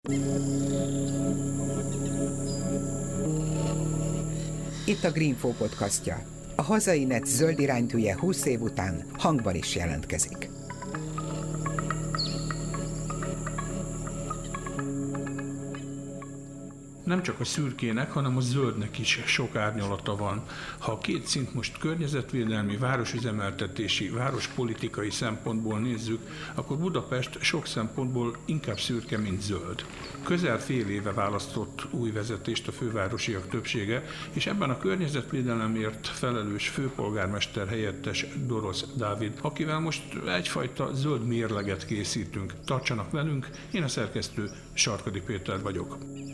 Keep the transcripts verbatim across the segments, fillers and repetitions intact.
Itt a Greenfo podcastja. A hazai net zöld iránytűje húsz év után hangban is jelentkezik. Nem csak a szürkének, hanem a zöldnek is sok árnyalata van. Ha a két szint most környezetvédelmi, városüzemeltetési, várospolitikai szempontból nézzük, akkor Budapest sok szempontból inkább szürke, mint zöld. Közel fél éve választott új vezetést a fővárosiak többsége, és ebben a környezetvédelemért felelős főpolgármester helyettes Dorosz Dávid, akivel most egyfajta zöld mérleget készítünk. Tartsanak velünk, én a szerkesztő Sarkadi Péter vagyok.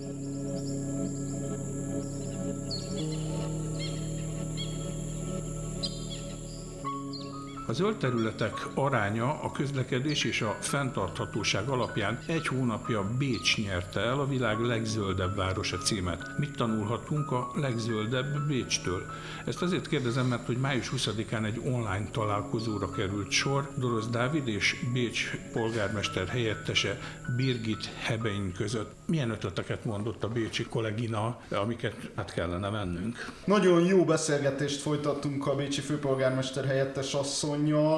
A zöld területek aránya a közlekedés és a fenntarthatóság alapján egy hónapja Bécs nyerte el a világ legzöldebb városa címet. Mit tanulhatunk a legzöldebb Bécstől? Ezt azért kérdezem, mert hogy május huszadikán egy online találkozóra került sor Dorosz Dávid és Bécs polgármester helyettese Birgit Hebein között. Milyen ötleteket mondott a bécsi kollégina, amiket át kellene vennünk? Nagyon jó beszélgetést folytattunk a bécsi főpolgármester helyettes asszony.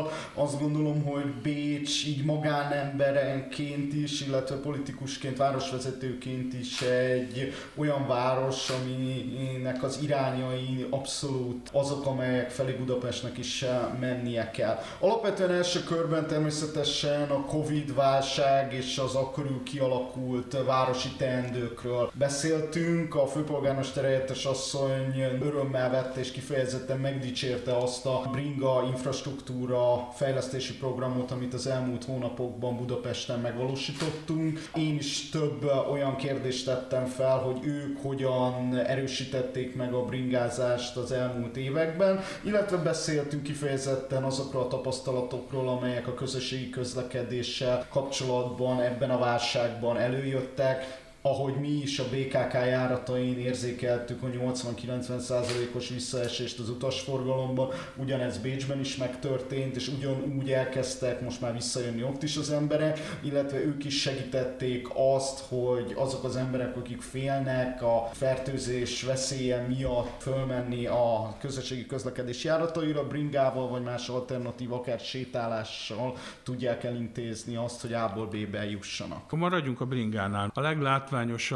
Azt gondolom, hogy Bécs így magánemberenként is, illetve politikusként, városvezetőként is egy olyan város, aminek az irányai abszolút azok, amelyek felé Budapestnek is mennie kell. Alapvetően első körben természetesen a Covid-válság és az akkor kialakult városi teendőkről beszéltünk. A főpolgármester helyettes asszony örömmel vette és kifejezetten megdicsérte azt a bringa infrastruktúrát, fejlesztési programot, amit az elmúlt hónapokban Budapesten megvalósítottunk. Én is több olyan kérdést tettem fel, hogy ők hogyan erősítették meg a bringázást az elmúlt években, illetve beszéltünk kifejezetten azokról a tapasztalatokról, amelyek a közösségi közlekedéssel kapcsolatban ebben a válságban előjöttek. Ahogy mi is a bé ká ká járatain érzékeltük a nyolcvan-kilencven százalékos visszaesést az utasforgalomban, ugyanez Bécsben is megtörtént, és ugyanúgy elkezdtek most már visszajönni ott is az emberek, illetve ők is segítették azt, hogy azok az emberek, akik félnek a fertőzés veszélye miatt fölmenni a közösségi közlekedés járataira, bringával vagy más alternatív, akár sétálással tudják elintézni azt, hogy A-ból B-be jussanak. Akkor maradjunk a bringánál. A leglátványosabb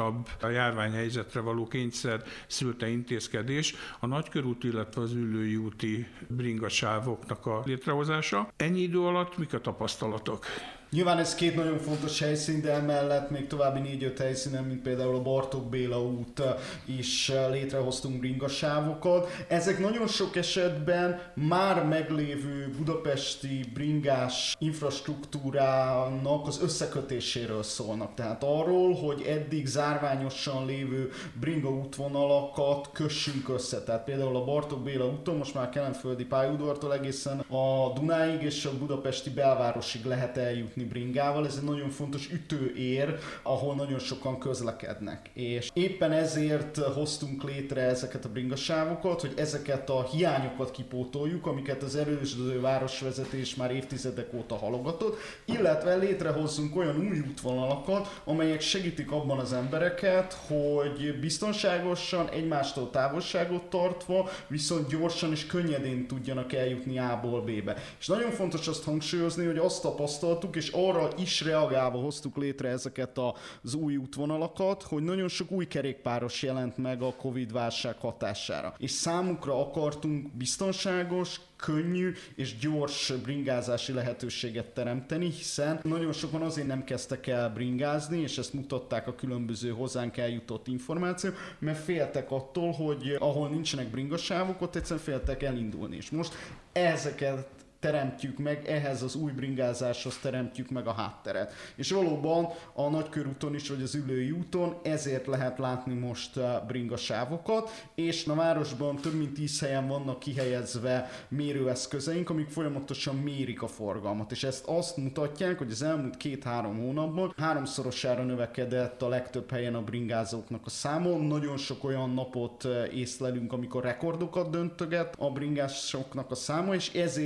a járványhelyzetre való kényszer szülte intézkedés a Nagykörúti, illetve az Üllői úti bringasávoknak a létrehozása. Ennyi idő alatt mik a tapasztalatok? Nyilván ez két nagyon fontos helyszín, de emellett még további négy-öt helyszínen, mint például a Bartók Béla út is létrehoztunk bringasávokat. Ezek nagyon sok esetben már meglévő budapesti bringás infrastruktúrának az összekötéséről szólnak. Tehát arról, hogy eddig zárványosan lévő bringa útvonalakat kössünk össze. Tehát például a Bartók Béla úton most már Kelenföldi pályaudvartól egészen a Dunáig és a budapesti belvárosig lehet eljutni bringával. Ez egy nagyon fontos ütőér, ahol nagyon sokan közlekednek. És éppen ezért hoztunk létre ezeket a bringasávokat, hogy ezeket a hiányokat kipótoljuk, amiket az előző városvezetés már évtizedek óta halogatott, illetve létrehozzunk olyan új útvonalakat, amelyek segítik abban az embereket, hogy biztonságosan, egymástól távolságot tartva, viszont gyorsan és könnyedén tudjanak eljutni A-ból B-be. És nagyon fontos azt hangsúlyozni, hogy azt tapasztaltuk, és arra is reagálva hoztuk létre ezeket az új útvonalakat, hogy nagyon sok új kerékpáros jelent meg a Covid-válság hatására. És számukra akartunk biztonságos, könnyű és gyors bringázási lehetőséget teremteni, hiszen nagyon sokan azért nem kezdtek el bringázni, és ezt mutatták a különböző hozzánk eljutott információk, mert féltek attól, hogy ahol nincsenek bringasávok, ott egyszerűen féltek elindulni. És most ezeket teremtjük meg, ehhez az új bringázáshoz teremtjük meg a hátteret. És valóban a Nagykörúton is, vagy az Üllői úton ezért lehet látni most bringasávokat, és a városban több mint tíz helyen vannak kihelyezve mérőeszközeink, amik folyamatosan mérik a forgalmat. És ezt azt mutatják, hogy az elmúlt két-három hónapban háromszorosára növekedett a legtöbb helyen a bringázóknak a száma. Nagyon sok olyan napot észlelünk, amikor rekordokat döntöget a bringásoknak a száma, és ezért is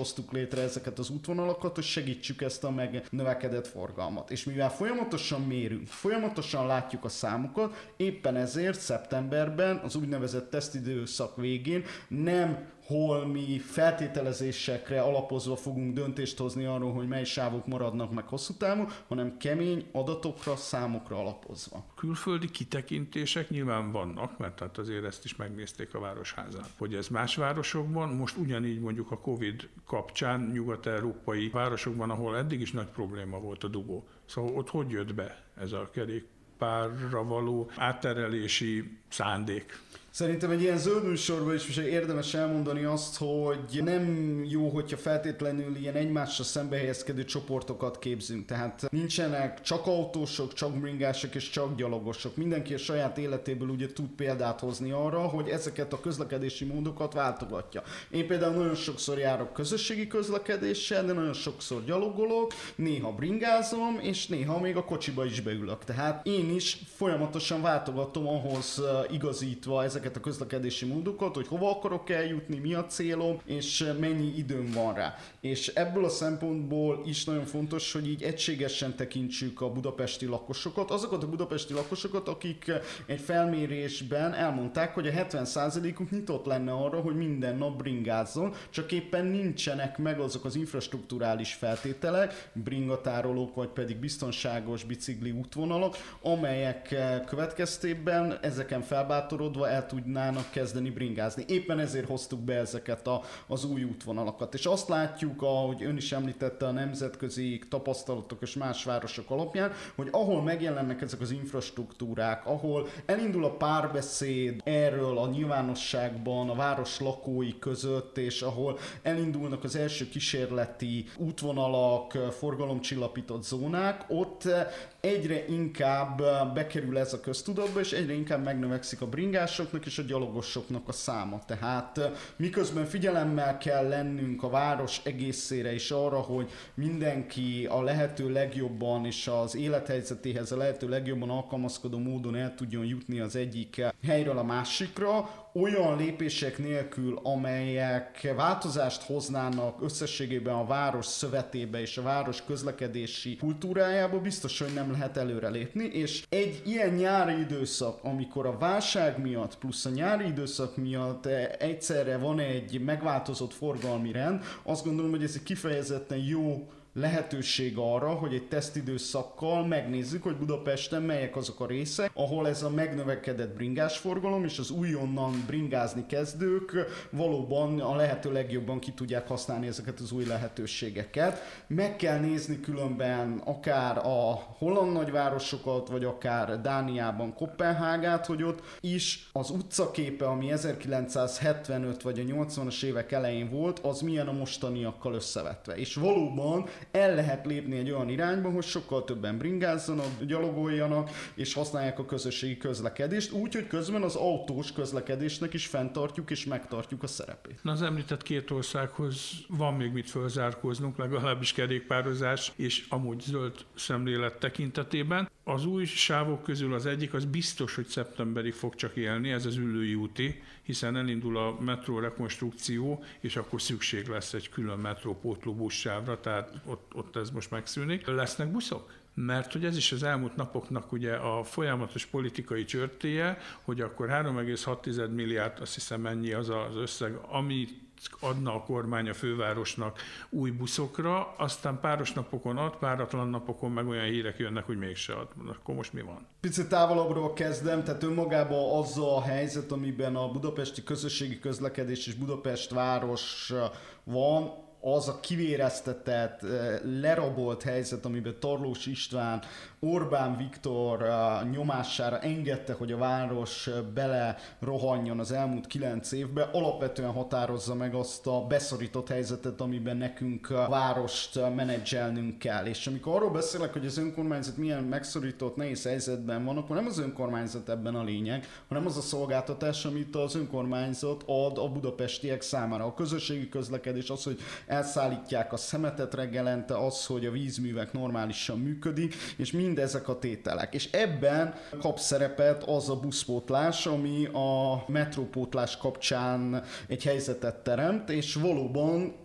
hoztuk létre ezeket az útvonalakat, hogy segítsük ezt a megnövekedett forgalmat. És mivel folyamatosan mérünk, folyamatosan látjuk a számokat, éppen ezért szeptemberben, az úgynevezett tesztidőszak végén nem holmi feltételezésekre alapozva fogunk döntést hozni arról, hogy mely sávok maradnak meg hosszú távon, hanem kemény adatokra, számokra alapozva. Külföldi kitekintések nyilván vannak, mert hát azért ezt is megnézték a Városházán. Hogy ez más városokban, most ugyanígy mondjuk a Covid kapcsán nyugat-európai városokban, ahol eddig is nagy probléma volt a dugó. Szóval ott hogy jött be ez a kerékpárra való átterelési szándék? Szerintem egy ilyen zöld műsorban is érdemes elmondani azt, hogy nem jó, hogyha feltétlenül ilyen egymással szembe helyezkedő csoportokat képzünk. Tehát nincsenek csak autósok, csak bringások és csak gyalogosok. Mindenki a saját életéből ugye tud példát hozni arra, hogy ezeket a közlekedési módokat váltogatja. Én például nagyon sokszor járok közösségi közlekedéssel, de nagyon sokszor gyalogolok, néha bringázom, és néha még a kocsiba is beülök. Tehát én is folyamatosan váltogatom ahhoz igazítva ezeket a közlekedési módokat, hogy hova akarok eljutni, mi a célom, és mennyi időm van rá. És ebből a szempontból is nagyon fontos, hogy így egységesen tekintsük a budapesti lakosokat, azokat a budapesti lakosokat, akik egy felmérésben elmondták, hogy a hetven százalékuk nyitott lenne arra, hogy minden nap bringázzon, csak éppen nincsenek meg azok az infrastrukturális feltételek, bringatárolók, vagy pedig biztonságos bicikli útvonalak, amelyek következtében ezeken felbátorodva el tudnának kezdeni bringázni. Éppen ezért hoztuk be ezeket a, az új útvonalakat. És azt látjuk, ahogy ön is említette a nemzetközi tapasztalatok és más városok alapján, hogy ahol megjelennek ezek az infrastruktúrák, ahol elindul a párbeszéd erről a nyilvánosságban, a város lakói között, és ahol elindulnak az első kísérleti útvonalak, forgalomcsillapított zónák, ott egyre inkább bekerül ez a köztudatba, és egyre inkább megnövekszik a bringásoknak és a gyalogosoknak a száma. Tehát miközben figyelemmel kell lennünk a város egészére is arra, hogy mindenki a lehető legjobban és az élethelyzetéhez a lehető legjobban alkalmazkodó módon el tudjon jutni az egyik helyről a másikra, olyan lépések nélkül, amelyek változást hoznának összességében a város szövetébe és a város közlekedési kultúrájába, biztos, hogy nem lehet előrelépni, és egy ilyen nyári időszak, amikor a válság miatt plusz a nyári időszak miatt egyszerre van egy megváltozott forgalmi rend, azt gondolom, hogy ez egy kifejezetten jó lehetőség arra, hogy egy tesztidőszakkal megnézzük, hogy Budapesten melyek azok a részek, ahol ez a megnövekedett bringásforgalom és az újonnan bringázni kezdők valóban a lehető legjobban ki tudják használni ezeket az új lehetőségeket. Meg kell nézni különben akár a holland nagyvárosokat, vagy akár Dániában Koppenhágát, hogy ott is az utcaképe, ami ezerkilencszázhetvenöt vagy a nyolcvanas évek elején volt, az milyen a mostaniakkal összevetve. És valóban el lehet lépni egy olyan irányba, hogy sokkal többen bringázzanak, gyalogoljanak, és használják a közösségi közlekedést, úgy, hogy közben az autós közlekedésnek is fenntartjuk és megtartjuk a szerepét. Na, az említett két országhoz van még mit fölzárkóznunk, legalábbis kerékpározás és amúgy zöld szemlélet tekintetében. Az új sávok közül az egyik, az biztos, hogy szeptemberig fog csak élni, ez az Üllői úti, hiszen elindul a metró rekonstrukció, és akkor szükség lesz egy külön metrópótló buszsávra, tehát ott, ott ez most megszűnik. Lesznek buszok? Mert hogy ez is az elmúlt napoknak ugye a folyamatos politikai csörtéje, hogy akkor három egész hat milliárd, azt hiszem mennyi az az összeg, amit adna a kormány a fővárosnak új buszokra, aztán páros napokon ad, páratlan napokon meg olyan hírek jönnek, hogy mégse ad. Akkor most mi van? Picit távolabbról kezdem, tehát önmagában az a helyzet, amiben a budapesti közösségi közlekedés és Budapest város van, az a kivéreztetett, lerabolt helyzet, amiben Tarlós István, Orbán Viktor nyomására engedte, hogy a város bele rohanjon az elmúlt kilenc évben, alapvetően határozza meg azt a beszorított helyzetet, amiben nekünk a várost menedzselnünk kell. És amikor arról beszélek, hogy az önkormányzat milyen megszorított, nehéz helyzetben van, akkor nem az önkormányzat ebben a lényeg, hanem az a szolgáltatás, amit az önkormányzat ad a budapestiek számára. A közösségi közlekedés az, hogy elszállítják a szemetet reggelente, az, hogy a vízművek normálisan működik, és mind ezek a tételek. És ebben kap szerepet az a buszpótlás, ami a metrópótlás kapcsán egy helyzetet teremt, és valóban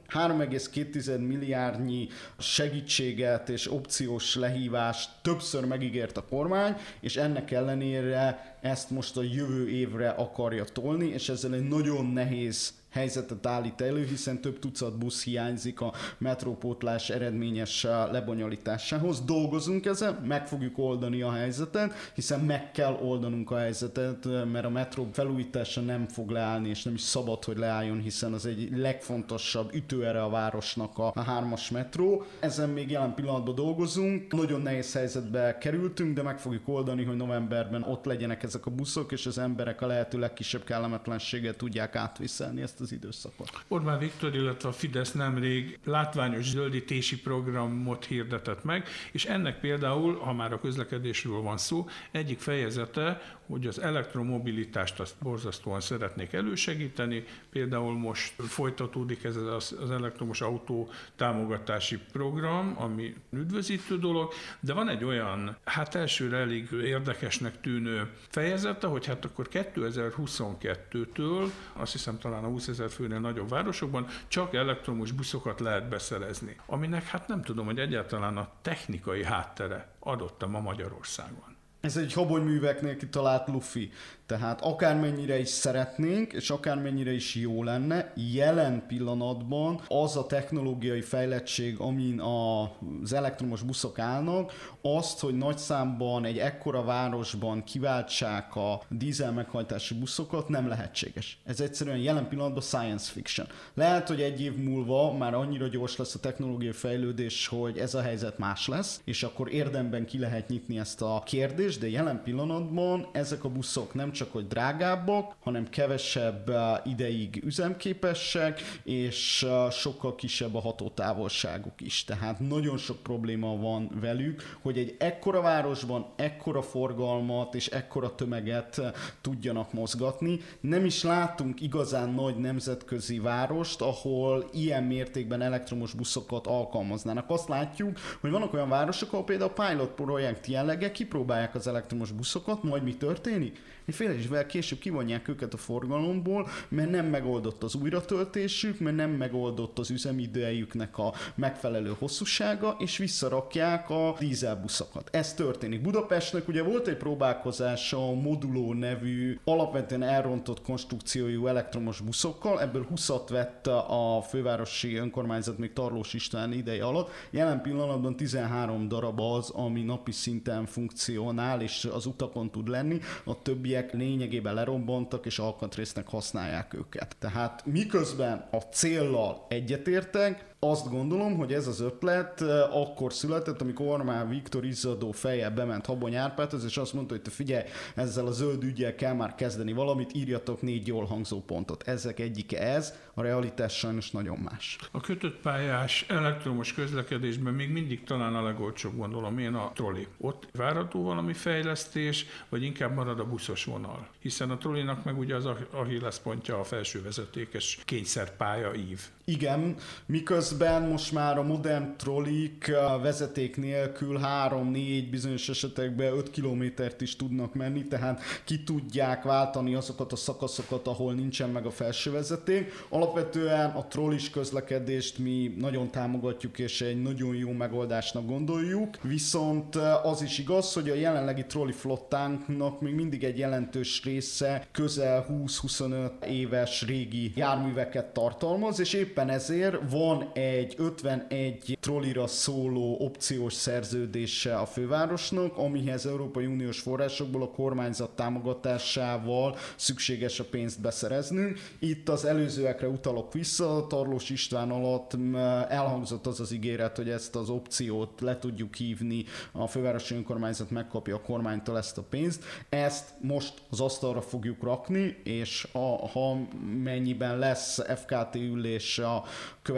három egész két milliárdnyi segítséget és opciós lehívást többször megígért a kormány, és ennek ellenére ezt most a jövő évre akarja tolni, és ezzel egy nagyon nehéz helyzetet állít elő, hiszen több tucat busz hiányzik a metrópótlás eredményes lebonyolításához. Dolgozunk ezen, meg fogjuk oldani a helyzetet, hiszen meg kell oldanunk a helyzetet, mert a metró felújítása nem fog leállni, és nem is szabad, hogy leálljon, hiszen az egy legfontosabb ütőere a városnak a, a hármas metró. Ezen még jelen pillanatban dolgozunk. Nagyon nehéz helyzetbe kerültünk, de meg fogjuk oldani, hogy novemberben ott legyenek ezek a buszok, és az emberek a lehető legkisebb kellemetlenséggel tudják átviszelni ezt az időszakot. Orbán Viktor, illetve a Fidesz nemrég látványos zöldítési programot hirdetett meg, és ennek például, ha már a közlekedésről van szó, egyik fejezete, hogy az elektromobilitást azt borzasztóan szeretnék elősegíteni. Például most folytatódik ez az elektromos autó támogatási program, ami üdvözítő dolog, de van egy olyan, hát elsőre elég érdekesnek tűnő fejezete, hogy hát akkor kétezer-huszonkettőtől, azt hiszem talán a húszezer főnél nagyobb városokban csak elektromos buszokat lehet beszerezni, aminek hát nem tudom, hogy egyáltalán a technikai háttere adott ma Magyarországon. Ez egy habonyműveknél kitalált lufi. Tehát akármennyire is szeretnénk, és akármennyire is jó lenne, jelen pillanatban az a technológiai fejlettség, amin az elektromos buszok állnak, azt, hogy nagy számban egy ekkora városban kiváltsák a dízel meghajtású buszokat, nem lehetséges. Ez egyszerűen jelen pillanatban science fiction. Lehet, hogy egy év múlva már annyira gyors lesz a technológiai fejlődés, hogy ez a helyzet más lesz, és akkor érdemben ki lehet nyitni ezt a kérdést, de jelen pillanatban ezek a buszok nem csak hogy drágábbak, hanem kevesebb ideig üzemképesek, és sokkal kisebb a hatótávolságuk is. Tehát nagyon sok probléma van velük, hogy egy ekkora városban ekkora forgalmat és ekkora tömeget tudjanak mozgatni. Nem is látunk igazán nagy nemzetközi várost, ahol ilyen mértékben elektromos buszokat alkalmaznának. Azt látjuk, hogy vannak olyan városok, ahol például a pilot projekt jellege kipróbálják az elektromos buszokat, majd mi történik? Egy fél évvel később kivonják őket a forgalomból, mert nem megoldott az újratöltésük, mert nem megoldott az üzemidejüknek a megfelelő hosszúsága, és visszarakják a dízelbuszokat. Ez történik. Budapestnek ugye volt egy próbálkozása a Moduló nevű, alapvetően elrontott konstrukciójú elektromos buszokkal, ebből húszat vett a fővárosi önkormányzat még Tarlós István ideje alatt. Jelen pillanatban tizenhárom darab az, ami napi szinten funkcionál, és az utakon tud lenni, a többiek lényegében lerombontak, és alkatrésznek használják őket. Tehát miközben a céllal egyetértek, azt gondolom, hogy ez az ötlet akkor született, amikor Orbán Viktor izzadó fejjel bement Habony Árpádhoz, és azt mondta, hogy te figyelj, ezzel a zöld üggyel kell már kezdeni valamit, írjatok négy jól hangzó pontot. Ezek egyike ez, a realitás sajnos nagyon más. A kötött pályás elektromos közlekedésben még mindig talán a legolcsóbb, gondolom én, a troli. Ott várható valami fejlesztés, vagy inkább marad a buszos vonal? Hiszen a trollinak meg ugye az Achilles-pontja a felsővezetékes kényszerpálya ív. Igen, miközben most már a modern trollik vezeték nélkül három-négy, bizonyos esetekben öt kilométert is tudnak menni, tehát ki tudják váltani azokat a szakaszokat, ahol nincsen meg a felsővezeték. Alapvetően a trollis közlekedést mi nagyon támogatjuk, és egy nagyon jó megoldásnak gondoljuk, viszont az is igaz, hogy a jelenlegi trolli flottánknak még mindig egy jelentős része közel húsz-huszonöt éves régi járműveket tartalmaz, és épp Éppen ezért van egy ötvenegy trollira szóló opciós szerződése a fővárosnak, amihez Európai Uniós forrásokból a kormányzat támogatásával szükséges a pénzt beszereznünk. Itt az előzőekre utalok vissza, Tarlós István alatt elhangzott az az ígéret, hogy ezt az opciót le tudjuk hívni, a fővárosi önkormányzat megkapja a kormánytól ezt a pénzt. Ezt most az asztalra fogjuk rakni, és a, ha mennyiben lesz ef ká té ülés a következő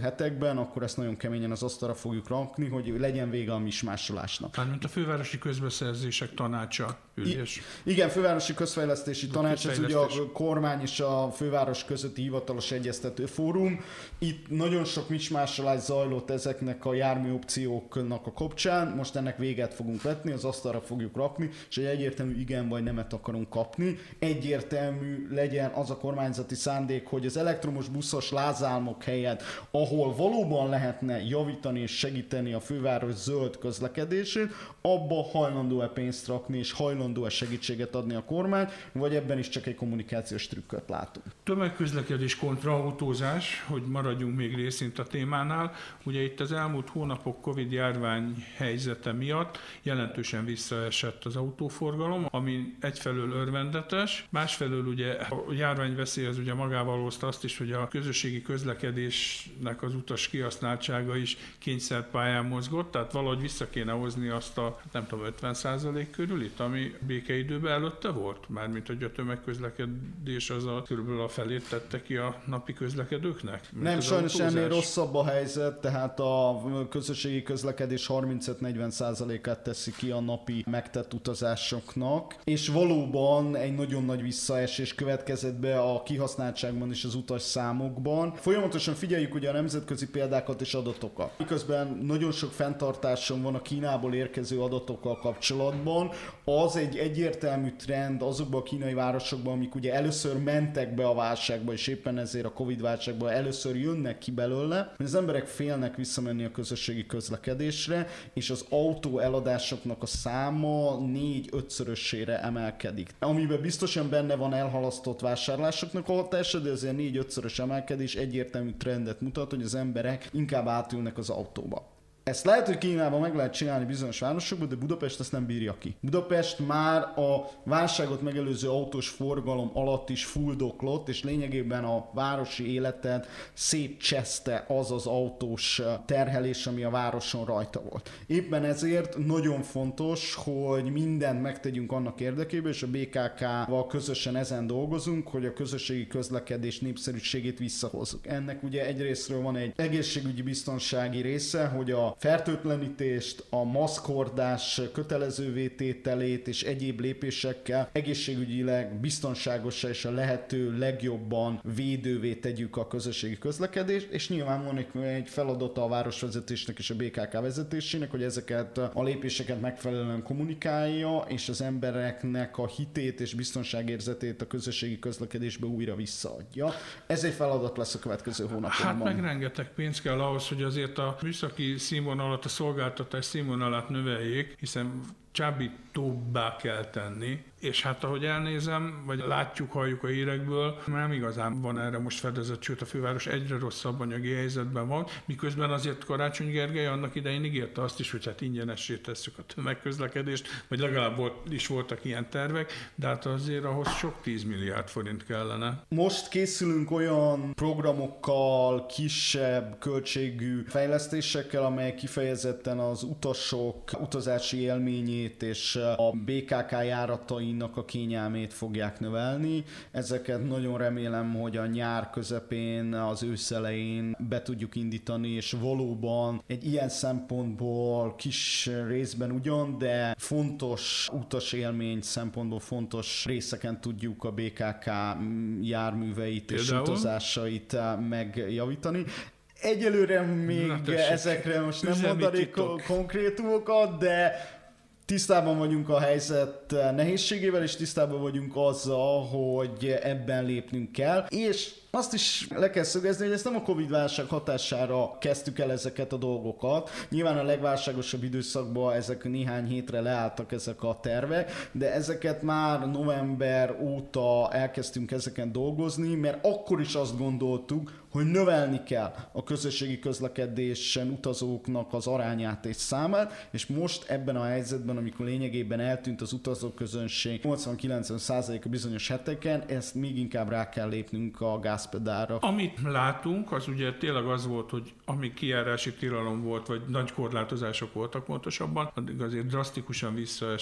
hetekben, akkor ezt nagyon keményen az asztalra fogjuk rakni, hogy legyen vége a mismásolásnak. Mármint a fővárosi közbeszerzések tanácsa ülés. I- igen, fővárosi közfejlesztési tanács, ez ugye a kormány és a főváros közötti hivatalos egyeztető fórum. Itt nagyon sok mismásolás zajlott ezeknek a jármű opcióknak a kapcsán, most ennek véget fogunk vetni, az asztalra fogjuk rakni, és egy egyértelmű igen vagy nemet akarunk kapni. Egyértelmű legyen az a kormányzati szándék, hogy az elektromos buszos lázálmok helyett, ahol valóban lehetne javítani és segíteni a főváros zöld közlekedését, abba hajlandó-e pénzt rakni és hajlandó-e segítséget adni a kormány, vagy ebben is csak egy kommunikációs trükköt látunk. Tömegközlekedés kontra autózás, hogy maradjunk még részint a témánál. Ugye itt az elmúlt hónapok Covid járvány helyzete miatt jelentősen visszaesett az autóforgalom, ami egyfelől örvendetes, másfelől ugye a járványveszély az ugye magával hozta azt is, hogy a közösségi közlekedésnek az utas kihasználtsága is kényszerpályán mozgott, tehát valahogy vissza kéne hozni azt a nem tudom ötven százalék körülit, ami békeidőben előtte volt, mármint hogy a tömegközlekedés az a körülbelül a felét tette ki a napi közlekedőknek. Nem, sajnos autózás. Ennél rosszabb a helyzet, tehát a közösségi közlekedés harmincöt-negyven százalékát teszi ki a napi megtett utazásoknak, és valóban egy nagyon nagy visszaesés következett be a kihasználtságban és az utas számokban. Folyamatosan figyeljük ugye a nemzetközi példákat és adatokat. Miközben nagyon sok fenntartásom van a Kínából érkező adatokkal kapcsolatban, az egy egyértelmű trend azokban a kínai városokban, amik ugye először mentek be a válságba, és éppen ezért a Covid válságban először jönnek ki belőle, hogy az emberek félnek visszamenni a közösségi közlekedésre, és az autó eladásoknak a száma négy-ötszörösére emelkedik. Amiben biztosan benne van elhalasztott vásárlásoknak a hatása, de azért négy-ötszörös emelkedés egyértelmű trendet mutat, hogy az emberek inkább átülnek az autóba. Ezt lehet, hogy Kínában meg lehet csinálni bizonyos városokban, de Budapest ezt nem bírja ki. Budapest már a válságot megelőző autós forgalom alatt is fuldoklott, és lényegében a városi életet szétcseszte az az autós terhelés, ami a városon rajta volt. Éppen ezért nagyon fontos, hogy mindent megtegyünk annak érdekében, és a bé ká ká-val közösen ezen dolgozunk, hogy a közösségi közlekedés népszerűségét visszahozzuk. Ennek ugye egyrésztről van egy egészségügyi biztonsági része, hogy a fertőtlenítést, a maszkhordás kötelezővé tételét és egyéb lépésekkel egészségügyileg biztonságosá és a lehető legjobban védővé tegyük a közösségi közlekedést, és nyilván van egy feladata a városvezetésnek és a bé ká ká vezetésének, hogy ezeket a lépéseket megfelelően kommunikálja, és az embereknek a hitét és biztonságérzetét a közösségi közlekedésbe újra visszaadja. Ez egy feladat lesz a következő hónapokban. Hát meg rengeteg pénz kell ahhoz, hogy azért a műszaki színvonalat, a szolgáltatás színvonalát növeljék, hiszen csábítóbbá kell tenni, és hát ahogy elnézem, vagy látjuk, halljuk a hírekből, nem igazán van erre most fedezet, sőt a főváros egyre rosszabb anyagi helyzetben van, miközben azért Karácsony Gergely annak idején ígérte azt is, hogy hát ingyenessé tesszük a tömegközlekedést, vagy legalább volt, is voltak ilyen tervek, de hát azért ahhoz sok tíz milliárd forint kellene. Most készülünk olyan programokkal, kisebb költségű fejlesztésekkel, amelyek kifejezetten az utasok utazási élményét és a bé ká ká járatainak a kényelmét fogják növelni. Ezeket nagyon remélem, hogy a nyár közepén, az ősz elején be tudjuk indítani, és valóban egy ilyen szempontból kis részben ugyan, de fontos utasélmény szempontból fontos részeken tudjuk a bé ká ká járműveit Például? és utazásait megjavítani. Egyelőre még ezekre most nem mondanék konkrétumokat, de tisztában vagyunk a helyzet nehézségével, és tisztában vagyunk azzal, hogy ebben lépnünk kell, és azt is le kell szögezni, hogy ezt nem a Covid válság hatására kezdtük el ezeket a dolgokat. Nyilván a legválságosabb időszakban ezek néhány hétre leálltak ezek a tervek, de ezeket már november óta elkezdtünk ezeken dolgozni, mert akkor is azt gondoltuk, hogy növelni kell a közösségi közlekedésen utazóknak az arányát és számát, és most ebben a helyzetben, amikor lényegében eltűnt az utazóközönség nyolcvan-kilencven százaléka bizonyos heteken, ezt még inkább rá kell lépnünk a gázpedálra. Amit látunk, az ugye tényleg az volt, hogy amíg kijárási tilalom volt, vagy nagy korlátozások voltak pontosabban, addig azért drasztikusan visszaesett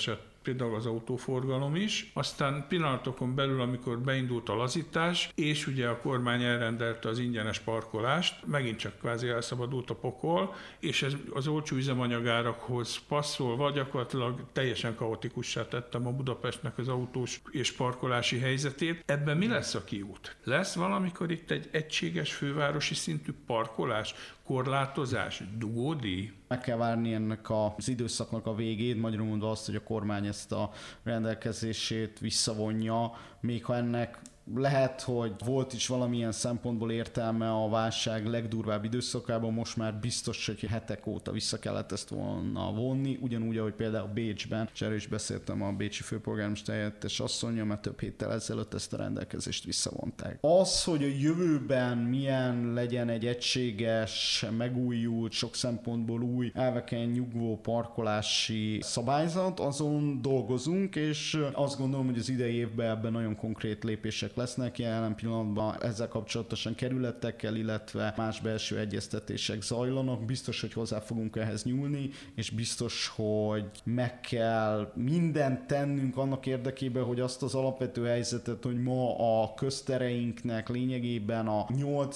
például az autóforgalom is. Aztán pillanatokon belül, amikor beindult a lazítás, és ugye a kormány elrendelte az ingyenes parkolást, megint csak kvázi elszabadult a pokol, és ez az olcsó üzemanyagárakhoz passzolva gyakorlatilag teljesen kaotikussá tettem a Budapestnek az autós és parkolási helyzetét. Ebben mi lesz a kiút? Lesz valamikor itt egy egységes fővárosi szintű parkolás, korlátozás, dugódíj? Meg kell várni ennek az időszaknak a végét, magyarul mondva azt, hogy a kormány ezt a rendelkezését visszavonja, még ha ennek lehet, hogy volt is valamilyen szempontból értelme a válság legdurvább időszakában, most már biztos, hogy hetek óta vissza kellett ezt volna vonni, ugyanúgy, ahogy például Bécsben, és erről is beszéltem a bécsi főpolgármester helyettes asszonya, mert több héttel ezelőtt ezt a rendelkezést visszavonták. Az, hogy a jövőben milyen legyen egy egységes, megújult, sok szempontból új, elveken nyugvó parkolási szabályzat, azon dolgozunk, és azt gondolom, hogy az idei évben ebben nagyon konkrét lépések lesznek. Jelen pillanatban ezzel kapcsolatosan kerületekkel, illetve más belső egyeztetések zajlanak. Biztos, hogy hozzá fogunk ehhez nyúlni, és biztos, hogy meg kell mindent tennünk annak érdekében, hogy azt az alapvető helyzetet, hogy ma a köztereinknek lényegében a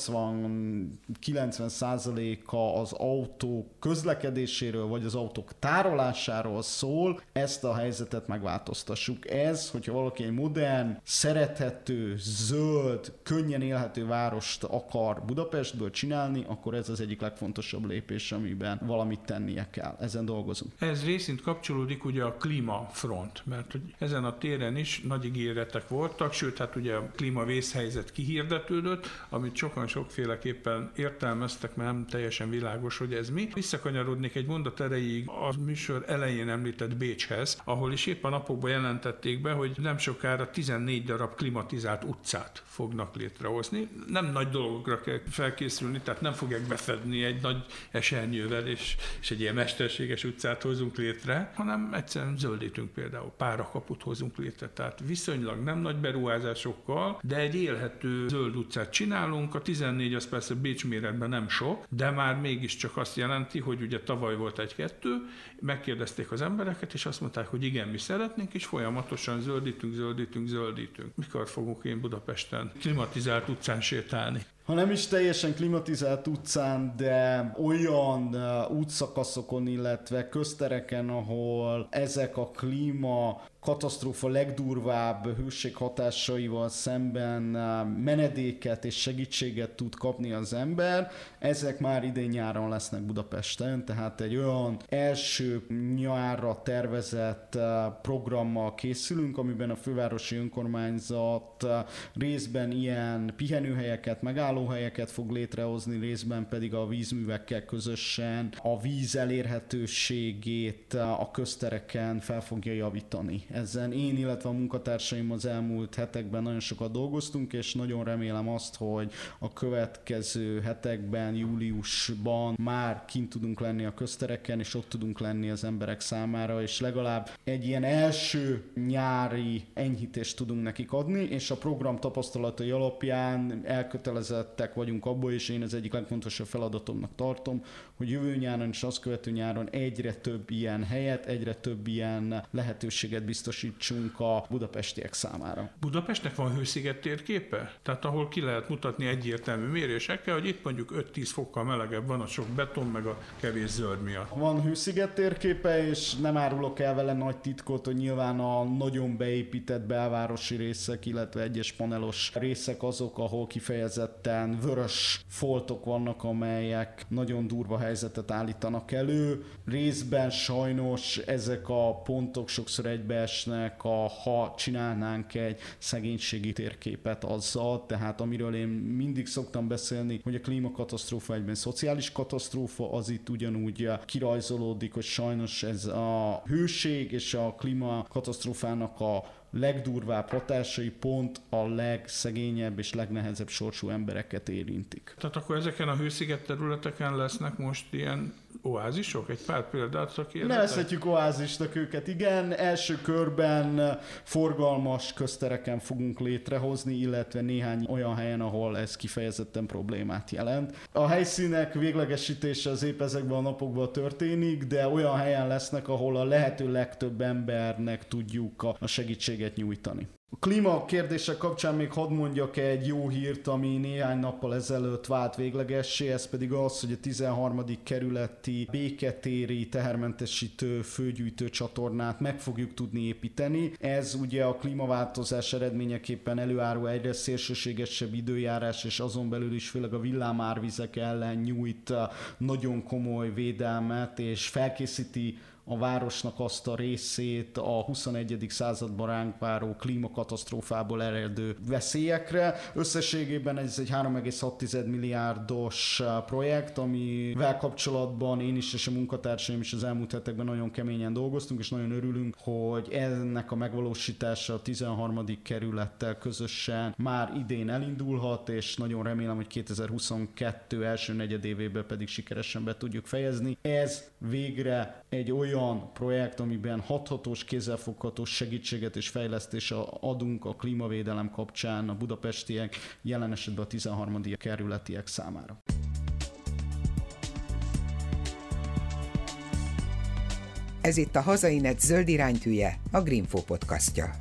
nyolcvan-kilencven százaléka az autó közlekedéséről, vagy az autók tárolásáról szól, ezt a helyzetet megváltoztassuk. Ez, hogyha valaki egy modern, szerethető, zöld, könnyen élhető várost akar Budapestből csinálni, akkor ez az egyik legfontosabb lépés, amiben valamit tennie kell. Ezen dolgozunk. Ez részint kapcsolódik ugye a klímafront, mert hogy ezen a téren is nagy ígéretek voltak, sőt, hát ugye a klímavészhelyzet kihirdetődött, amit sokan sokféleképpen értelmeztek, mert nem teljesen világos, hogy ez mi. Visszakanyarodnék egy mondat erejéig a műsor elején említett Bécshez, ahol is épp a napokban jelentették be, hogy nem sokára tizennégy darab klimatizált utcát fognak létrehozni. Nem nagy dolgokra kell felkészülni, tehát nem fogják befedni egy nagy esernyővel, és, és egy ilyen mesterséges utcát hozunk létre, hanem egyszerűen zöldítünk, például párakaput hozunk létre. Tehát viszonylag nem nagy beruházásokkal, de egy élhető zöld utcát csinálunk. A tizennégy az persze Bécs méretben nem sok, de már mégiscsak azt jelenti, hogy ugye tavaly volt egy-kettő, megkérdezték az embereket, és azt mondták, hogy igen, mi szeretnénk, és folyamatosan zöldítünk, zöldítünk, zöldítünk. Mikor fogunk én Budapesten klimatizált utcán sétálni? Ha nem is teljesen klimatizált utcán, de olyan uh, útszakaszokon, illetve köztereken, ahol ezek a klíma katasztrófa legdurvább hőséghatásaival szemben menedéket és segítséget tud kapni az ember. Ezek már idén nyáron lesznek Budapesten, tehát egy olyan első nyárra tervezett programmal készülünk, amiben a fővárosi önkormányzat részben ilyen pihenőhelyeket, megállóhelyeket fog létrehozni, részben pedig a vízművekkel közösen a víz elérhetőségét a köztereken fel fogja javítani. Ezen én, illetve a munkatársaim az elmúlt hetekben nagyon sokat dolgoztunk, és nagyon remélem azt, hogy a következő hetekben, júliusban már kint tudunk lenni a köztereken, és ott tudunk lenni az emberek számára, és legalább egy ilyen első nyári enyhítést tudunk nekik adni, és a program tapasztalatai alapján elkötelezettek vagyunk abból, és én az egyik legfontosabb feladatomnak tartom, hogy jövő nyáron és azt követő nyáron egyre több ilyen helyet, egyre több ilyen lehetőséget biztosítsunk a budapestiek számára. Budapestnek van hősziget térképe? Tehát ahol ki lehet mutatni egyértelmű mérésekkel, hogy itt mondjuk öt-tíz fokkal melegebb van a sok beton meg a kevés zöld miatt. Van hősziget térképe, és nem árulok el vele nagy titkot, hogy nyilván a nagyon beépített belvárosi részek, illetve egyes panelos részek azok, ahol kifejezetten vörös foltok vannak, amelyek nagyon durva helyzetet állítanak elő. Részben sajnos ezek a pontok sokszor egybeesnek, a, ha csinálnánk egy szegénységi térképet azzal, tehát amiről én mindig szoktam beszélni, hogy a klímakatasztrófa egyben szociális katasztrófa, az itt ugyanúgy kirajzolódik, hogy sajnos ez a hőség és a klímakatasztrófának a legdurvább hatásai pont a legszegényebb és legnehezebb sorsú embereket érintik. Tehát akkor ezeken a hősziget területeken lesznek most ilyen oázisok? Egy pár példát szakérdetek? Nevezhetjük oázisnak őket, igen. Első körben forgalmas köztereken fogunk létrehozni, illetve néhány olyan helyen, ahol ez kifejezetten problémát jelent. A helyszínek véglegesítése az épp ezekben a napokban történik, de olyan helyen lesznek, ahol a lehető legtöbb embernek tudjuk a segítséget nyújtani. A klíma kérdések kapcsán még hadd mondjak egy jó hírt, ami néhány nappal ezelőtt vált véglegessé, ez pedig az, hogy a tizenharmadik kerületi béketéri tehermentesítő főgyűjtő csatornát meg fogjuk tudni építeni. Ez ugye a klímaváltozás eredményeképpen előálló egyre szélsőségesebb időjárás, és azon belül is főleg a villámárvizek ellen nyújt nagyon komoly védelmet, és felkészíti a városnak azt a részét a huszonegyedik században ránk váró klímakatasztrófából eredő veszélyekre. Összességében ez egy három egész hat milliárdos projekt, amivel kapcsolatban én is és a munkatársaim is az elmúlt hetekben nagyon keményen dolgoztunk, és nagyon örülünk, hogy ennek a megvalósítása a tizenharmadik kerülettel közösen már idén elindulhat, és nagyon remélem, hogy kétezer-huszonkettő első negyedévében pedig sikeresen be tudjuk fejezni. Ez végre egy olyan olyan projekt, amiben hathatós, kézzelfoghatós segítséget és fejlesztést adunk a klímavédelem kapcsán a budapestiek, jelen esetben a tizenharmadik kerületiek számára. Ez itt a Hazainet zöld iránytűje, a Greenfo podcastja.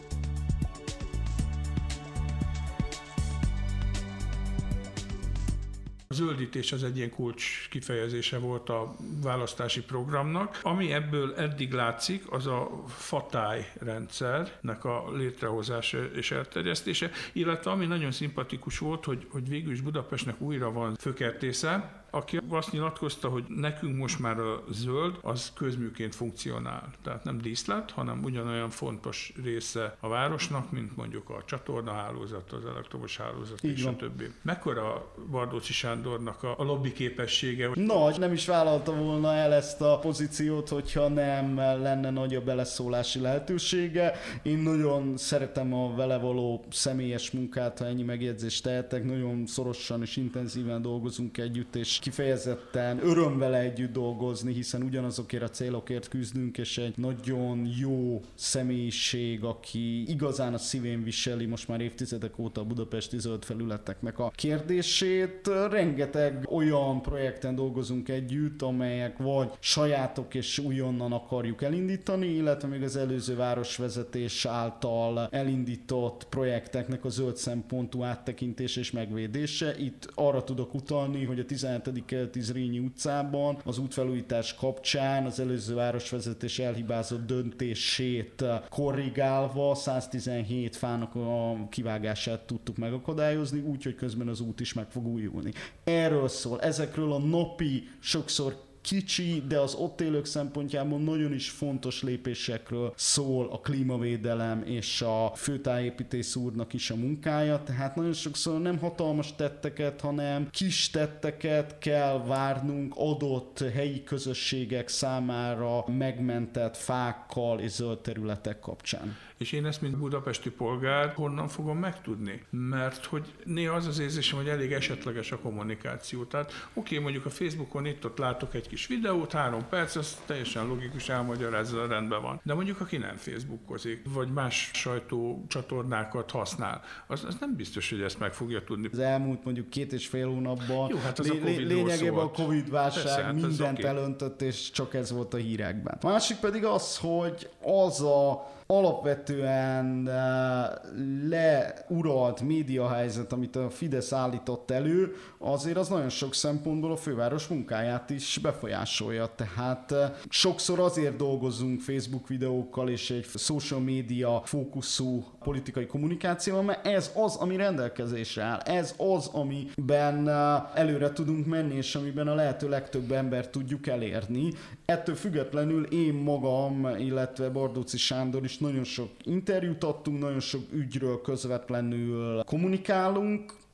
A zöldítés az egy ilyen kulcs kifejezése volt a választási programnak. Ami ebből eddig látszik, az a FATÁly rendszernek a létrehozása és elterjesztése, illetve ami nagyon szimpatikus volt, hogy, hogy végül is Budapestnek újra van főkertésze, aki azt nyilatkozta, hogy nekünk most már a zöld az közműként funkcionál. Tehát nem díszlet, hanem ugyanolyan fontos része a városnak, mint mondjuk a csatornahálózat, az elektromos hálózat és a többi. Mekkora Bardóczy Sándornak a, a lobby képessége? Nagy, nem is vállalta volna el ezt a pozíciót, hogyha nem lenne nagy a beleszólási lehetősége. Én nagyon szeretem a vele való személyes munkát, ha ennyi megjegyzést tehetek. Nagyon szorosan és intenzíven dolgozunk együtt, és kifejezetten öröm vele együtt dolgozni, hiszen ugyanazokért a célokért küzdünk, és egy nagyon jó személyiség, aki igazán a szívén viseli most már évtizedek óta a budapesti zöld felületeknek a kérdését. Rengeteg olyan projekten dolgozunk együtt, amelyek vagy sajátok és újonnan akarjuk elindítani, illetve még az előző városvezetés által elindított projekteknek a zöld szempontú áttekintése és megvédése. Itt arra tudok utalni, hogy a tizenhetedik keleti Zrínyi utcában az útfelújítás kapcsán az előző városvezetés elhibázott döntését korrigálva száztizenhét fának a kivágását tudtuk megakadályozni, úgyhogy közben az út is meg fog újulni. Erről szól, ezekről a napi, sokszor kicsi, de az ott élők szempontjából nagyon is fontos lépésekről szól a klímavédelem és a főtájépítész úrnak is a munkája, tehát nagyon sokszor nem hatalmas tetteket, hanem kis tetteket kell várnunk adott helyi közösségek számára megmentett fákkal és zöld területek kapcsán. És én ezt, mint budapesti polgár, honnan fogom megtudni? Mert hogy néha az az érzésem, hogy elég esetleges a kommunikáció. Tehát oké, okay, mondjuk a Facebookon itt-ott látok egy kis videót, három perc, az teljesen logikus, elmagyarázza, rendben van. De mondjuk aki nem Facebookozik, vagy más sajtócsatornákat használ, az, az nem biztos, hogy ezt meg fogja tudni. Az elmúlt mondjuk két és fél hónapban Jó, hát az lé- a Covid lényegében a Covid-válság Persze, hát mindent okay. elöntött, és csak ez volt a hírekben. A másik pedig az, hogy az a alapvetően leuralt médiahelyzet, amit a Fidesz állított elő, azért az nagyon sok szempontból a főváros munkáját is befolyásolja. Tehát sokszor azért dolgozunk Facebook videókkal és egy social media fókuszú politikai kommunikációval, mert ez az, ami rendelkezésre áll. Ez az, amiben előre tudunk menni, és amiben a lehető legtöbb embert tudjuk elérni. Ettől függetlenül én magam, illetve Bardóczy Sándor is nagyon sok interjút adtunk, nagyon sok ügyről közvetlenül kommunikálunk,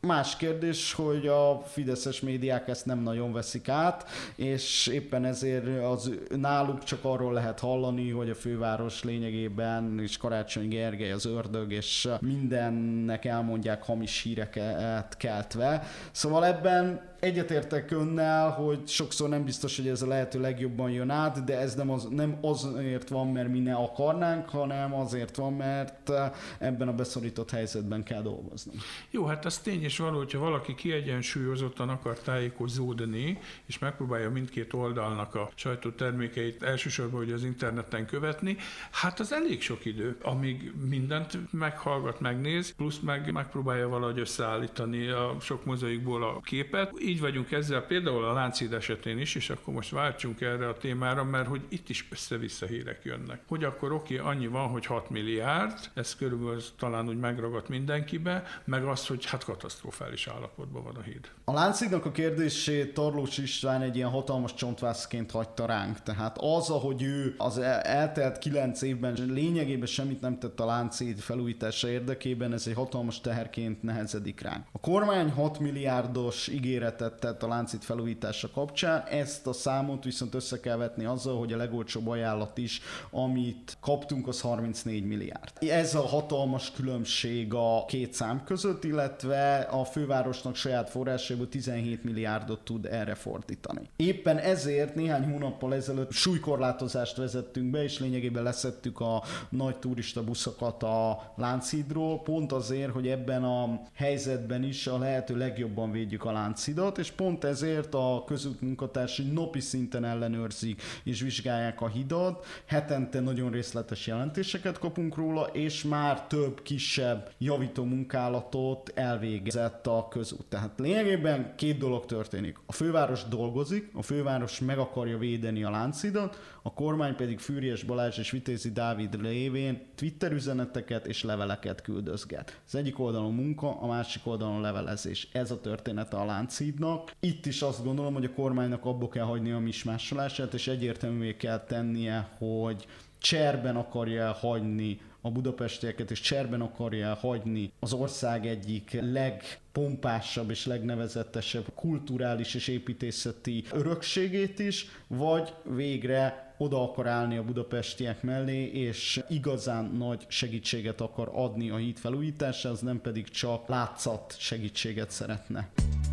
Más kérdés, hogy a fideszes médiák ezt nem nagyon veszik át, és éppen ezért az, náluk csak arról lehet hallani, hogy a főváros lényegében és Karácsony Gergely az ördög, és mindennek elmondják hamis híreket keltve. Szóval ebben egyetértek önnel, hogy sokszor nem biztos, hogy ez a lehető legjobban jön át, de ez nem, az, nem azért van, mert mi ne akarnánk, hanem azért van, mert ebben a beszorított helyzetben kell dolgozni. Jó, hát az tény és való, hogyha valaki kiegyensúlyozottan akar tájékozódni, és megpróbálja mindkét oldalnak a sajtótermékeit elsősorban ugye az interneten követni, hát az elég sok idő, amíg mindent meghallgat, megnéz, plusz meg megpróbálja valahogy összeállítani a sok mozaikból a képet. Így vagyunk ezzel például a Lánchíd esetén is, és akkor most váltsunk erre a témára, mert hogy itt is össze-vissza hírek jönnek. Hogy akkor oké, okay, annyi van, hogy hat milliárd, ez körülbelül talán úgy megragadt mindenkibe, meg az, hogy hát katasztrofális állapotban van a híd. A Lánchídnak a kérdését Tarlós István egy ilyen hatalmas csontvászként hagyta ránk. Tehát az, ahogy ő az eltelt kilenc évben lényegében semmit nem tett a Lánchíd felújítása érdekében, ez egy hatalmas teherként nehezedik ránk. A kormány hat milliárdos ígéretet tett a Lánchíd felújítása kapcsán, ezt a számot viszont össze kell vetni azzal, hogy a legolcsóbb ajánlat is, amit kaptunk, az harmincnégy milliárd. Ez a hatalmas különbség a két szám között, illetve a fővárosnak saját forrásából tizenhét milliárdot tud erre fordítani. Éppen ezért néhány hónappal ezelőtt súlykorlátozást vezettünk be, és lényegében leszettük a nagy turista buszokat a Lánchídról, pont azért, hogy ebben a helyzetben is a lehető legjobban védjük a Lánchídot, és pont ezért a közút munkatársai napi szinten ellenőrzik és vizsgálják a hidat, hetente nagyon részletes jelentéseket kapunk róla, és már több kisebb javító munkálatot elvégezett a közút. Tehát lényegében két dolog történik. A főváros dolgozik, a főváros meg akarja védeni a Lánchídot, a kormány pedig Fűrjes Balázs és Vitézi Dávid révén Twitter üzeneteket és leveleket küldözget. Az egyik oldalon munka, a másik oldalon levelezés. Ez a története a Lánchídnak. Itt is azt gondolom, hogy a kormánynak abba kell hagyni a mismásolását, és egyértelművé kell tennie, hogy cserben akarja hagyni a budapestieket, és cserben akarja hagyni az ország egyik legpompásabb és legnevezetesebb kulturális és építészeti örökségét is, vagy végre oda akar állni a budapestiek mellé, és igazán nagy segítséget akar adni a híd felújításához, nem pedig csak látszat segítséget szeretne.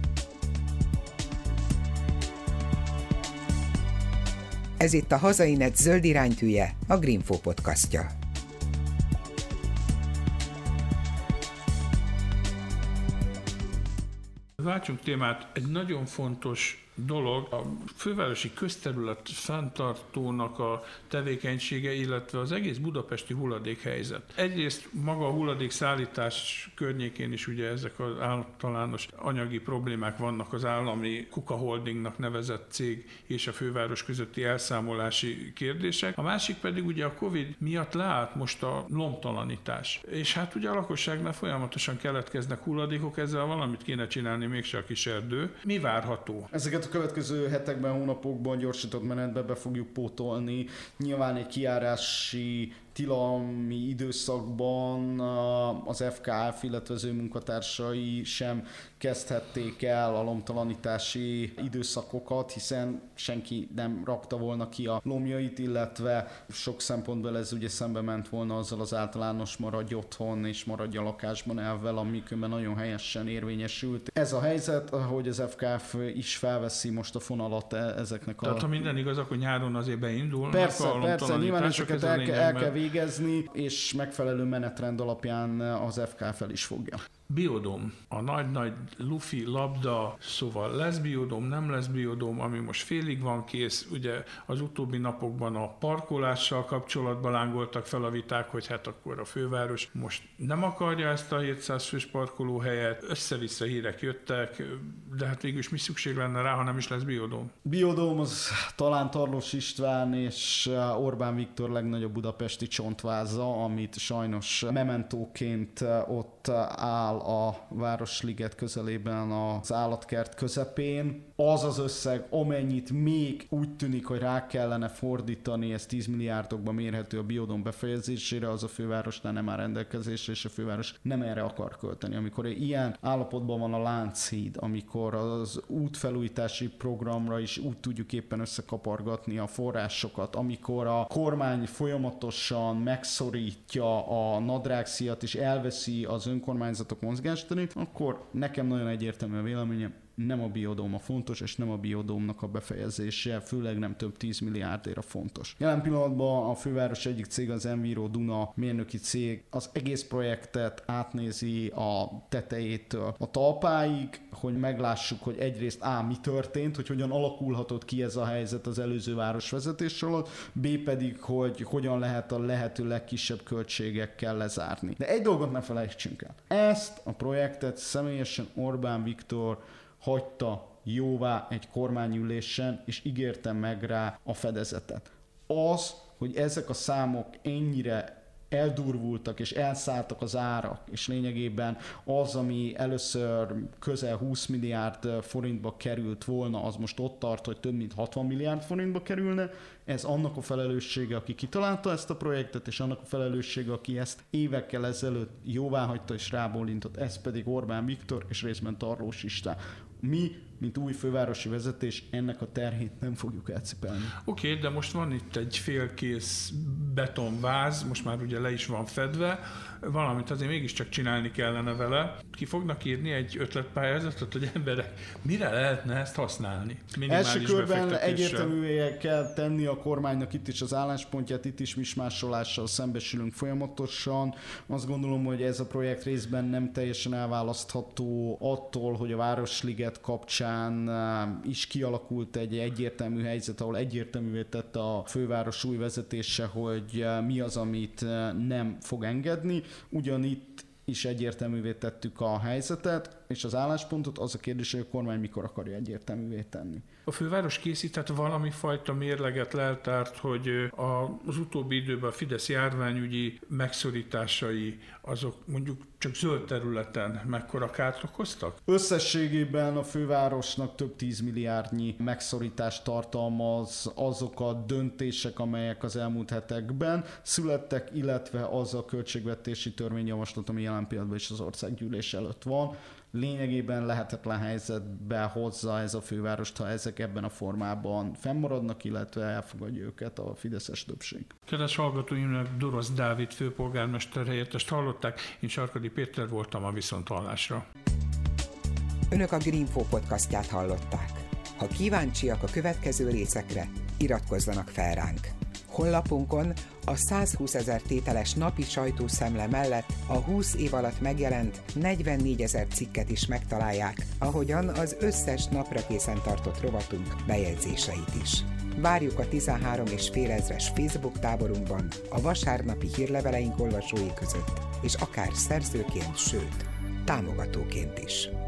Ez itt a Hazainet zöld iránytűje, a Greenfo podcastja. Váltsunk témát, egy nagyon fontos dolog, a fővárosi közterület fenntartónak a tevékenysége, illetve az egész budapesti hulladékhelyzet. Egyrészt maga a hulladékszállítás környékén is ugye ezek az általános anyagi problémák vannak az állami Kuka Holdingnak nevezett cég és a főváros közötti elszámolási kérdések. A másik pedig ugye a Covid miatt leállt most a lomtalanítás. És hát ugye a lakosságnál folyamatosan keletkeznek hulladékok, ezzel valamit kéne csinálni, mégse a kis erdő. Mi várható? Ezeket a következő hetekben, hónapokban gyorsított menetbe be fogjuk pótolni. Nyilván egy kijárási tilalmi időszakban az ef ká ef, illetve az ő munkatársai sem kezdhették el a lomtalanítási időszakokat, hiszen senki nem rakta volna ki a lomjait, illetve sok szempontból ez ugye szembe ment volna azzal az általános maradj otthon és maradj a lakásban elvvel, amikben nagyon helyesen érvényesült. Ez a helyzet, ahogy az ef ká ef is felveszi most a fonalat ezeknek a... Tehát ha minden igaz, akkor nyáron azért beindul. Persze, persze, nyilván ezeket el, el, el kell végezni, és megfelelő menetrend alapján az ef ká ef el is fogja. Biodóm, a nagy-nagy lufi labda, szóval lesz biodóm, nem lesz biodóm, ami most félig van kész. Ugye az utóbbi napokban a parkolással kapcsolatban lángoltak fel a viták, hogy hát akkor a főváros most nem akarja ezt a hétszáz fős parkolóhelyet, össze-vissza hírek jöttek, de hát végül is mi szükség lenne rá, ha nem is lesz biodóm? Biodóm az talán Tarlós István és Orbán Viktor legnagyobb budapesti csontváza, amit sajnos mementóként ott áll áll a Városliget közelében az állatkert közepén. Az az összeg, amennyit még úgy tűnik, hogy rá kellene fordítani, ez tíz milliárdokban mérhető a biodóm befejezésére, az a fővárosnál nem áll rendelkezésre, és a főváros nem erre akar költeni. Amikor ilyen állapotban van a Lánchíd, amikor az útfelújítási programra is úgy tudjuk éppen összekapargatni a forrásokat, amikor a kormány folyamatosan megszorítja a nadrágszíjat és elveszi az önkormányzatok mozgásterét, akkor nekem nagyon egyértelmű a véleményem, nem a biodóm a fontos, és nem a biodómnak a befejezése, főleg nem több tíz milliárdért fontos. Jelen pillanatban a főváros egyik cég, az Enviro Duna mérnöki cég, az egész projektet átnézi a tetejétől a talpáig, hogy meglássuk, hogy egyrészt A, mi történt, hogy hogyan alakulhatott ki ez a helyzet az előző városvezetés alatt, B pedig, hogy hogyan lehet a lehető legkisebb költségekkel lezárni. De egy dolgot ne felejtsünk el. Ezt a projektet személyesen Orbán Viktor hagyta jóvá egy kormányülésen, és ígérte meg rá a fedezetet. Az, hogy ezek a számok ennyire eldurvultak és elszálltak az árak, és lényegében az, ami először közel húsz milliárd forintba került volna, az most ott tart, hogy több mint hatvan milliárd forintba kerülne. Ez annak a felelőssége, aki kitalálta ezt a projektet, és annak a felelőssége, aki ezt évekkel ezelőtt jóváhagyta és rábólintott, ez pedig Orbán Viktor és részben Tarlós István. Mi, mint új fővárosi vezetés, ennek a terhét nem fogjuk elcipelni. Oké, okay, de most van itt egy félkész betonváz, most már ugye le is van fedve, valamit azért mégiscsak csinálni kellene vele. Ki fognak írni egy ötletpályázatot, hogy emberek, mire lehetne ezt használni? Első körben egyértelművé kell tenni a kormánynak itt is az álláspontját, itt is mismásolással szembesülünk folyamatosan. Azt gondolom, hogy ez a projekt részben nem teljesen elválasztható attól, hogy a Városliget kapcsán is kialakult egy egyértelmű helyzet, ahol egyértelművé tette a főváros új vezetése, hogy mi az, amit nem fog engedni. Ugyanitt is egyértelművé tettük a helyzetet, és az álláspontot, az a kérdés, hogy a kormány mikor akarja egyértelművé tenni. A főváros készített valami fajta mérleget leltárt, hogy az utóbbi időben a Fidesz járványügyi megszorításai azok mondjuk csak zöld területen mekkora kárt okoztak? Összességében a fővárosnak több tízmilliárdnyi megszorítást tartalmaz azok a döntések, amelyek az elmúlt hetekben születtek, illetve az a költségvetési törvényjavaslat, ami jelen pillanatban is az országgyűlés előtt van. Lényegében lehetetlen helyzetbe hozza ez a fővárost, ha ezek ebben a formában fennmaradnak, illetve elfogadja őket a fideszes többség. Kedves hallgatóimnak, Dorosz Dávid főpolgármester helyettest hallották, én Sarkadi Péter voltam, a viszonthallásra. Önök a Greenfo podcastját hallották. Ha kíváncsiak a következő részekre, iratkozzanak fel ránk. Honlapunkon a százhúszezer tételes napi sajtószemle mellett a húsz év alatt megjelent negyvennégyezer cikket is megtalálják, ahogyan az összes napra készen tartott rovatunk bejegyzéseit is. Várjuk a tizenhárom és fél ezres Facebook táborunkban, a vasárnapi hírleveleink olvasói között, és akár szerzőként, sőt, támogatóként is.